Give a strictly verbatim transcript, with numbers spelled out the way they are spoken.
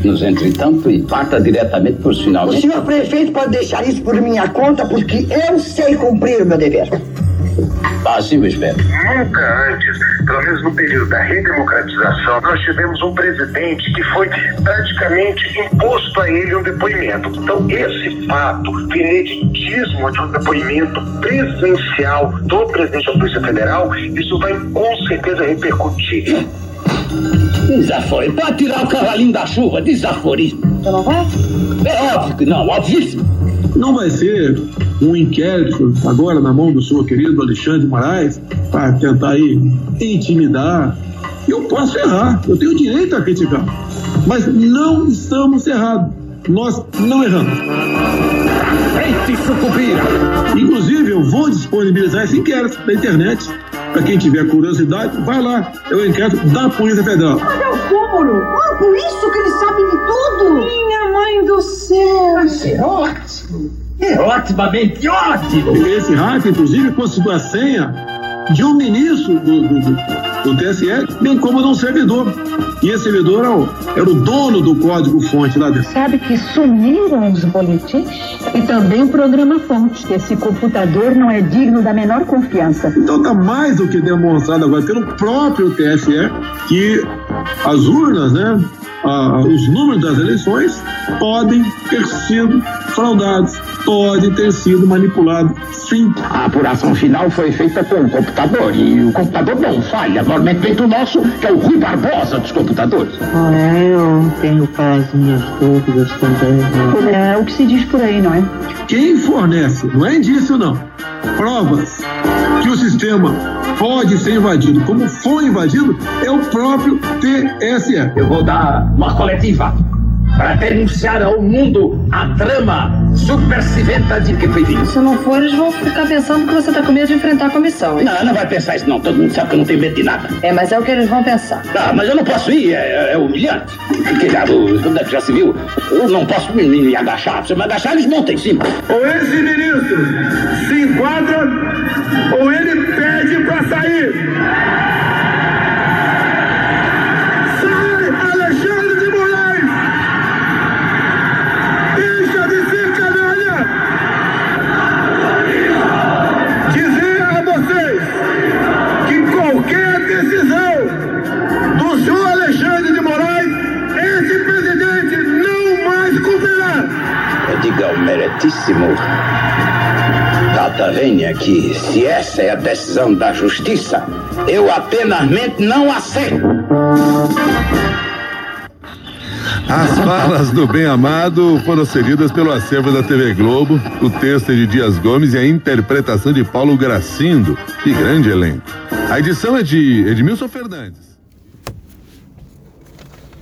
nos entretanto e parta diretamente para os finalmente. O senhor prefeito pode deixar isso por minha conta, porque eu sei cumprir o meu dever. Assim eu espero. Nunca antes, pelo menos no período da redemocratização, nós tivemos um presidente que foi praticamente imposto a ele um depoimento. Então, esse fato, o ineditismo de um depoimento presidencial do presidente da Polícia Federal, isso vai com certeza repercutir. Desaforo. Pode tirar o cavalinho da chuva, desaforismo. Você não vai? É óbvio que não, óbvio. Não vai ser um inquérito agora na mão do senhor querido Alexandre de Moraes para tentar aí intimidar. Eu posso errar, eu tenho direito a criticar, mas não estamos errados. Nós não erramos. Eita, sucupira! Inclusive, eu vou disponibilizar esse inquérito na internet. Para quem tiver curiosidade, vai lá. É o inquérito da Polícia Federal. Mas é o cúmulo! Ah, por isso que ele sabe de tudo! Minha mãe do céu! Mas é ótimo! É otimamente ótimo! Esse hacker, inclusive, conseguiu a senha de um ministro do, do, do, do T S E, bem como de um servidor. E esse servidor era o, era o dono do código-fonte lá dentro. Sabe que sumiram os boletins? E também o programa-fonte. Esse computador não é digno da menor confiança. Então está mais do que demonstrado agora pelo próprio T S E que as urnas, né, a, os números das eleições podem ter sido fraudados, podem ter sido manipulados, sim. A apuração final foi feita com o computador e o computador não falha. Normalmente feito o nosso, que é o Rui Barbosa dos computadores. Ah, eu tenho quase minhas dúvidas também. É o que se diz por aí, não é? Quem fornece, não é indício não, provas que o sistema pode ser invadido, como foi invadido, é o próprio T S E. Eu vou dar uma coletiva para denunciar ao mundo a trama subversiventa de que foi isso. Se não for, eles vão ficar pensando que você tá com medo de enfrentar a comissão, hein? Não, não vai pensar isso não. Todo mundo sabe que eu não tenho medo de nada. É, mas é o que eles vão pensar. Ah, mas eu não posso ir, é, é humilhante. Porque já, o, já se viu, eu não posso me, me agachar. Se eu me agachar, eles montam em cima. Ou esse ministro se enquadra, ou ele pede para sair. Diga ao meritíssimo Tata Venha que, se essa é a decisão da justiça, eu apenas não aceito. As falas do bem-amado foram cedidas pelo acervo da T V Globo, o texto é de Dias Gomes e a interpretação de Paulo Gracindo, e grande elenco. A edição é de Edmilson Fernandes.